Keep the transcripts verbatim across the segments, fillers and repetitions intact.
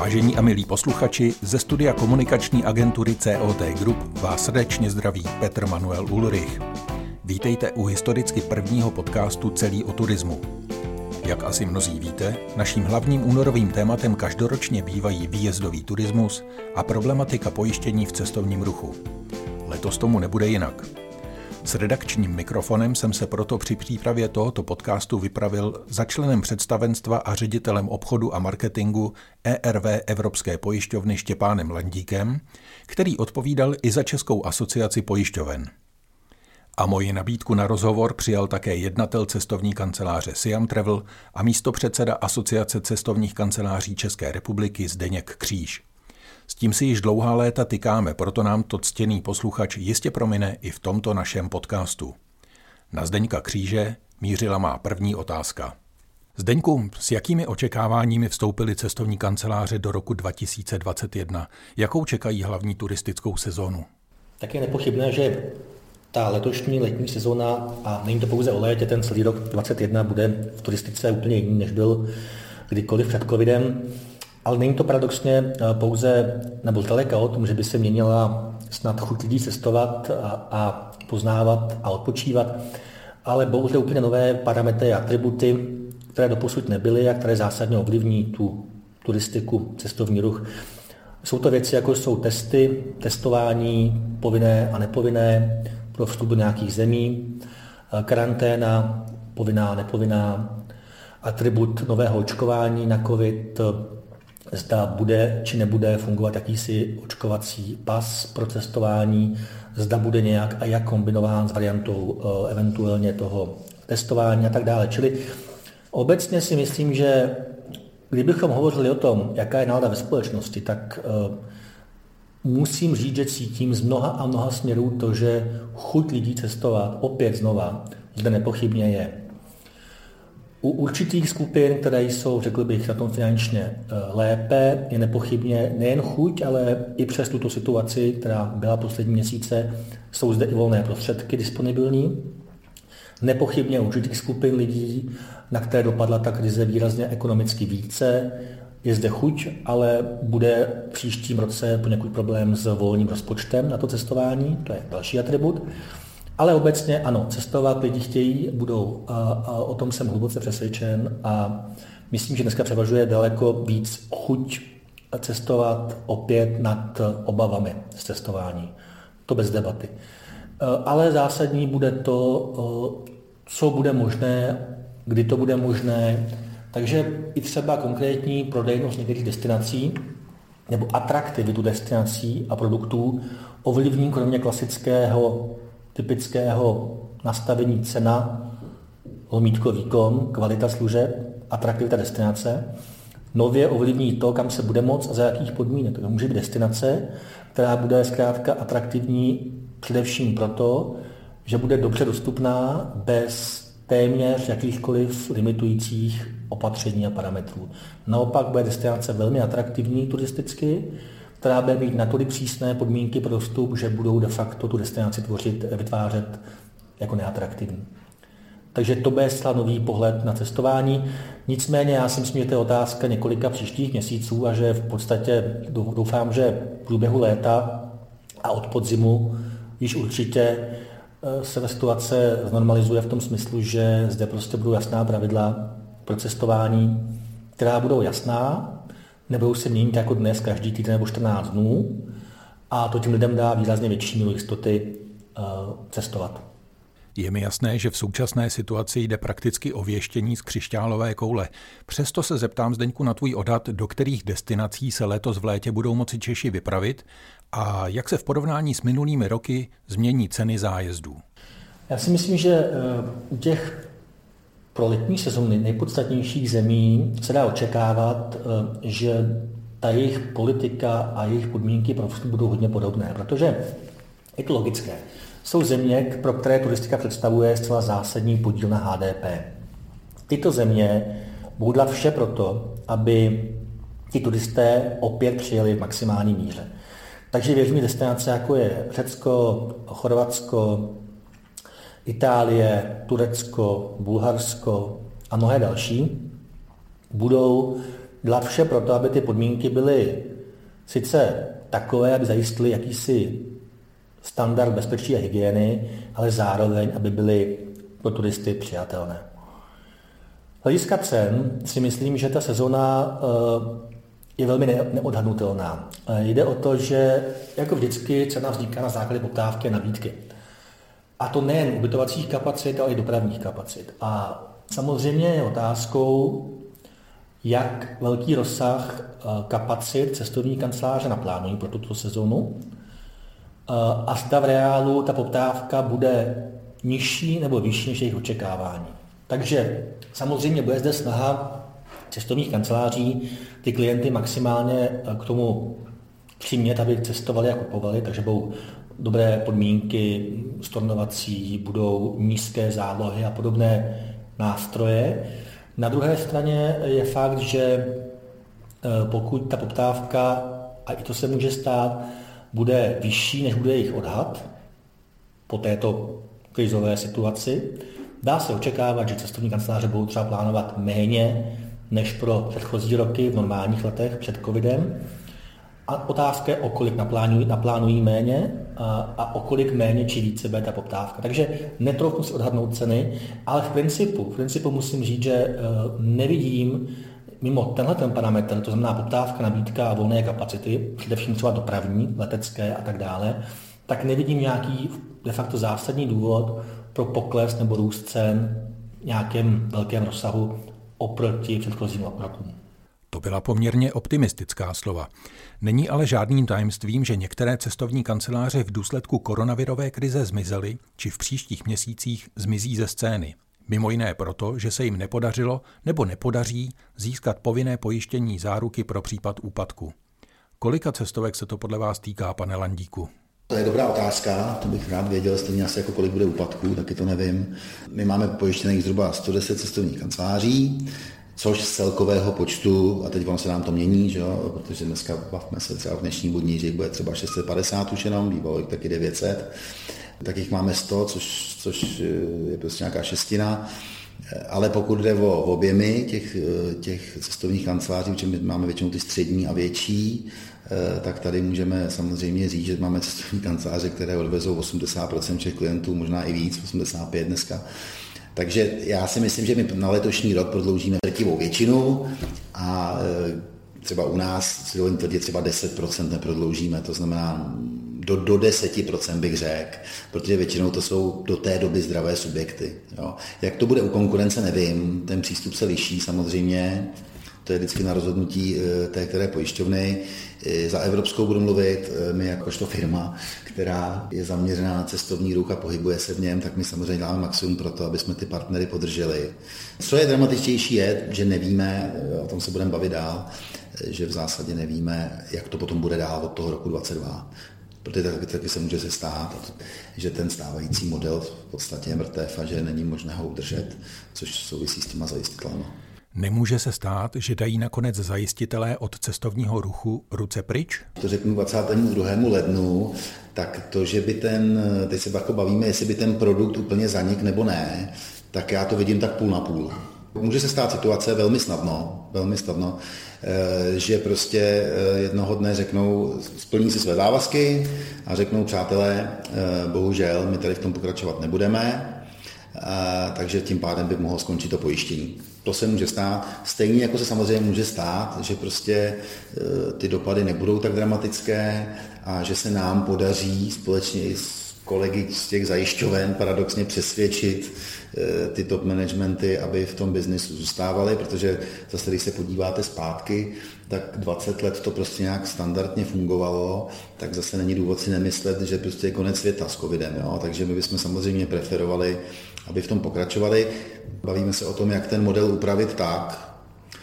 Vážení a milí posluchači, ze studia komunikační agentury C O T Group vás srdečně zdraví Petr Manuel Ulrich. Vítejte u historicky prvního podcastu Celý o turismu. Jak asi mnozí víte, naším hlavním únorovým tématem každoročně bývají výjezdový turismus a problematika pojištění v cestovním ruchu. Letos tomu nebude jinak. S redakčním mikrofonem jsem se proto při přípravě tohoto podcastu vypravil za členem představenstva a ředitelem obchodu a marketingu E R V Evropské pojišťovny Štěpánem Landíkem, který odpovídal i za Českou asociaci pojišťoven. A moji nabídku na rozhovor přijal také jednatel cestovní kanceláře Siam Travel a místopředseda Asociace cestovních kanceláří České republiky Zdeněk Kříž. S tím si již dlouhá léta tykáme, proto nám to ctěný posluchač jistě promine i v tomto našem podcastu. Na Zdeňka Kříže mířila má první otázka. Zdeňku, s jakými očekáváními vstoupily cestovní kanceláře do roku dva tisíce dvacet jedna? Jakou čekají hlavní turistickou sezónu? Tak je nepochybné, že ta letošní letní sezóna, a není to pouze o létě, ten celý rok dvacet jedna bude v turistice úplně jiný, než byl kdykoliv před covidem. Ale není to paradoxně pouze nebo zdaleka o tom, že by se měnila snad chuť lidí cestovat a, a poznávat a odpočívat, ale bohužel úplně nové parametry a atributy, které doposud nebyly a které zásadně ovlivní tu turistiku, cestovní ruch. Jsou to věci, jako jsou testy, testování, povinné a nepovinné pro vstup do nějakých zemí, karanténa, povinná a nepovinná, atribut nového očkování na covid, zda bude či nebude fungovat jakýsi očkovací pas pro cestování, zda bude nějak a jak kombinován s variantou eventuálně toho testování a tak dále. Čili obecně si myslím, že kdybychom hovořili o tom, jaká je nálada ve společnosti, tak musím říct, že cítím z mnoha a mnoha směrů to, že chuť lidí cestovat opět znova zde nepochybně je. U určitých skupin, které jsou, řekl bych, na tom finančně lépe, je nepochybně nejen chuť, ale i přes tuto situaci, která byla poslední měsíce, jsou zde i volné prostředky disponibilní. Nepochybně u určitých skupin lidí, na které dopadla ta krize výrazně ekonomicky více, je zde chuť, ale bude v příštím roce poněkud problém s volným rozpočtem na to cestování, to je další atribut. Ale obecně ano, cestovat lidi chtějí, budou a, a o tom jsem hluboce přesvědčen a myslím, že dneska převažuje daleko víc chuť cestovat opět nad obavami z cestování. To bez debaty. Ale zásadní bude to, co bude možné, kdy to bude možné. Takže i třeba konkrétní prodejnost některých destinací nebo atraktivitu destinací a produktů ovlivní kromě klasického typického nastavení cena, lomítko výkon, kvalita služeb, atraktivita destinace. Nově ovlivní to, kam se bude moct a za jakých podmínek. To může být destinace, která bude zkrátka atraktivní především proto, že bude dobře dostupná bez téměř jakýchkoliv limitujících opatření a parametrů. Naopak bude destinace velmi atraktivní turisticky, která bude mít natolik přísné podmínky pro vstup, že budou de facto tu destinaci tvořit, vytvářet jako neatraktivní. Takže to bude zcela nový pohled na cestování. Nicméně já si myslím, že to je otázka několika příštích měsíců a že v podstatě doufám, že v průběhu léta a od podzimu již určitě se situace znormalizuje v tom smyslu, že zde prostě budou jasná pravidla pro cestování, která budou jasná, nebudou se měnit jako dnes každý týden nebo čtrnáct dnů a to tím lidem dá výrazně větší míru jistoty uh, cestovat. Je mi jasné, že v současné situaci jde prakticky o věštění z křišťálové koule. Přesto se zeptám, Zdeňku, na tvůj odhad, do kterých destinací se letos v létě budou moci Češi vypravit a jak se v porovnání s minulými roky změní ceny zájezdů. Já si myslím, že u těch pro letní sezóny nejpodstatnějších zemí se dá očekávat, že ta jejich politika a jejich podmínky pro vstup budou hodně podobné, protože je to logické. Jsou země, pro které turistika představuje zcela zásadní podíl na H D P. Tyto země budou dělat vše proto, aby ti turisté opět přijeli v maximální míře. Takže věřím, destinace jako je Řecko, Chorvatsko, Itálie, Turecko, Bulharsko a mnohé další budou dělat vše pro to, aby ty podmínky byly sice takové, aby zajistily jakýsi standard bezpečí a hygieny, ale zároveň, aby byly pro turisty přijatelné. Z hlediska cen si myslím, že ta sezóna je velmi neodhadnutelná. Jde o to, že jako vždycky cena vzniká na základě poptávky a nabídky. A to nejen ubytovacích kapacit, ale i dopravních kapacit. A samozřejmě je otázkou, jak velký rozsah kapacit cestovní kanceláře naplánují pro tuto sezónu a zda v reálu ta poptávka bude nižší nebo vyšší než jejich očekávání. Takže samozřejmě bude zde snaha cestovních kanceláří ty klienty maximálně k tomu přimět, aby cestovali a kupovali, takže budou dobré podmínky stornovací, budou nízké zálohy a podobné nástroje. Na druhé straně je fakt, že pokud ta poptávka, a i to se může stát, bude vyšší, než bude jejich odhad po této krizové situaci, dá se očekávat, že cestovní kanceláře budou třeba plánovat méně než pro předchozí roky v normálních letech před covidem. A otázka je, o kolik naplánují, naplánují méně a, a o kolik méně či více bude ta poptávka. Takže netroufnu si odhadnout ceny, ale v principu, v principu musím říct, že nevidím mimo tenhle ten parametr, to znamená poptávka, nabídka a volné kapacity, především třeba dopravní, letecké a tak dále, tak nevidím nějaký de facto zásadní důvod pro pokles nebo růst cen v nějakém velkém rozsahu oproti předchozím rokům. To byla poměrně optimistická slova. Není ale žádným tajemstvím, že některé cestovní kanceláře v důsledku koronavirové krize zmizely, či v příštích měsících zmizí ze scény. Mimo jiné proto, že se jim nepodařilo nebo nepodaří získat povinné pojištění záruky pro případ úpadku. Kolika cestovek se to podle vás týká, pane Landíku? To je dobrá otázka, to bych rád věděl, stejně asi jako kolik bude úpadků, taky to nevím. My máme pojištěných zhruba sto deset cestovních kanceláří, což z celkového počtu, a teď ono se nám to mění, že jo, protože dneska bavme se třeba v dnešní budníři, bude třeba šest set padesát už jenom, bývalo jich taky devět set, tak jich máme sto, což, což je prostě nějaká šestina. Ale pokud jde o objemy těch, těch cestovních kanceláří, protože my máme většinou ty střední a větší, tak tady můžeme samozřejmě říct, že máme cestovní kanceláře, které odvezou osmdesát procent všech klientů, možná i víc, osmdesát pět procent dneska. Takže já si myslím, že my na letošní rok prodloužíme drtivou většinu a třeba u nás, si dovolím tvrdit, třeba deset procent neprodloužíme, to znamená do, do deset procent bych řekl, protože většinou to jsou do té doby zdravé subjekty. Jo. Jak to bude u konkurence, nevím, ten přístup se liší samozřejmě, to je vždycky na rozhodnutí té které pojišťovny. Za evropskou budu mluvit, my jakožto firma, která je zaměřená na cestovní ruch a pohybuje se v něm, tak my samozřejmě dáme maximum pro to, aby jsme ty partnery podrželi. Co je dramatičtější je, že nevíme, o tom se budeme bavit dál, že v zásadě nevíme, jak to potom bude dál od toho roku dvacet dva. Protože taky, taky se může se stát, že ten stávající model v podstatě je mrtev a že není možné ho udržet, což souvisí s těma zajistitelema. Nemůže se stát, že dají nakonec zajistitelé od cestovního ruchu ruce pryč? To řeknu dvacátého druhého lednu, tak to, že by ten, teď se jako bavíme, jestli by ten produkt úplně zanik nebo ne, tak já to vidím tak půl na půl. Může se stát situace velmi snadno, velmi snadno, že prostě jednoho dne řeknou, splní si své závazky a řeknou, přátelé, bohužel, my tady v tom pokračovat nebudeme, takže tím pádem by mohlo skončit to pojištění. To se může stát. Stejně jako se samozřejmě může stát, že prostě ty dopady nebudou tak dramatické a že se nám podaří společně i s kolegy z těch zajišťoven paradoxně přesvědčit ty top managementy, aby v tom biznisu zůstávali, protože zase, když se podíváte zpátky, tak dvacet let to prostě nějak standardně fungovalo, tak zase není důvod si nemyslet, že prostě je konec světa s covidem. Jo? Takže my bychom samozřejmě preferovali, aby v tom pokračovali. Bavíme se o tom, jak ten model upravit tak,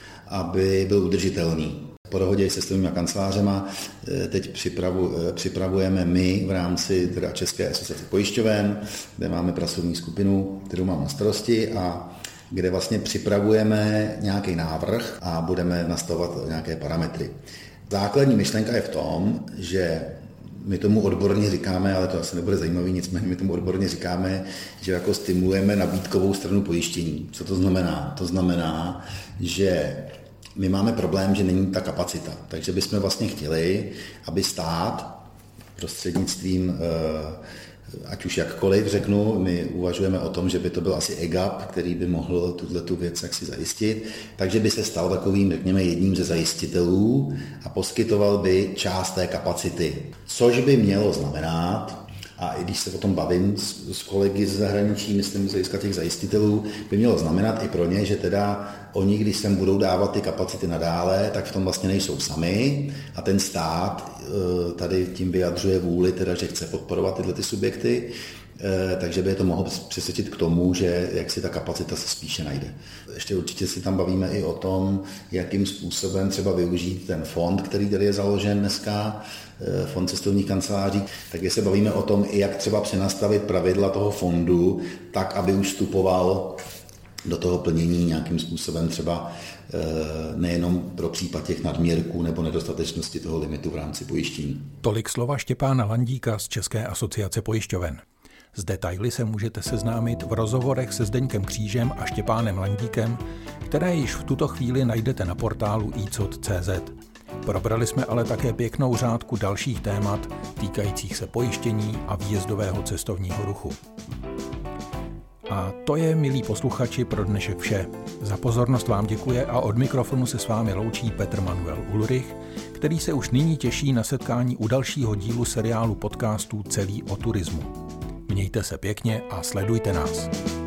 aby byl udržitelný. Po dohodě se cestovními kancelářema teď připravu, připravujeme my v rámci teda České asociace pojišťoven, kde máme pracovní skupinu, kterou mám na starosti a kde vlastně připravujeme nějaký návrh a budeme nastavovat nějaké parametry. Základní myšlenka je v tom, že my tomu odborně říkáme, ale to asi nebude zajímavý, nicméně my tomu odborně říkáme, že jako stimulujeme nabídkovou stranu pojištění. Co to znamená? To znamená, že My máme problém, že není ta kapacita, takže bychom vlastně chtěli, aby stát prostřednictvím, ať už jakkoliv řeknu, my uvažujeme o tom, že by to byl asi E G A P, který by mohl tuto věc jaksi zajistit, takže by se stal takovým, řekněme, jedním ze zajistitelů a poskytoval by část té kapacity, což by mělo znamenat, a i když se o tom bavím s, s kolegy z zahraničí, myslím, z hlediska těch zajistitelů, by mělo znamenat i pro ně, že teda oni, když sem budou dávat ty kapacity nadále, tak v tom vlastně nejsou sami a ten stát tady tím vyjadřuje vůli, teda, že chce podporovat tyhle ty subjekty, takže by je to mohlo přesvědčit k tomu, že jak si ta kapacita se spíše najde. Ještě určitě si tam bavíme i o tom, jakým způsobem třeba využít ten fond, který tady je založen dneska, fond cestovních kanceláří, tak se bavíme o tom, jak třeba přenastavit pravidla toho fondu, tak, aby už vstupoval do toho plnění nějakým způsobem třeba nejenom pro případ těch nadměrků nebo nedostatečnosti toho limitu v rámci pojištění. Tolik slova Štěpána Landíka z České asociace pojišťoven. S detaily se můžete seznámit v rozhovorech se Zdeňkem Křížem a Štěpánem Landíkem, které již v tuto chvíli najdete na portálu i c o t tečka c z. Probrali jsme ale také pěknou řádku dalších témat týkajících se pojištění a výjezdového cestovního ruchu. A to je, milí posluchači, pro dnešek vše. Za pozornost vám děkuje a od mikrofonu se s vámi loučí Petr Manuel Ulrich, který se už nyní těší na setkání u dalšího dílu seriálu podcastů Celý o turismu. Mějte se pěkně a sledujte nás.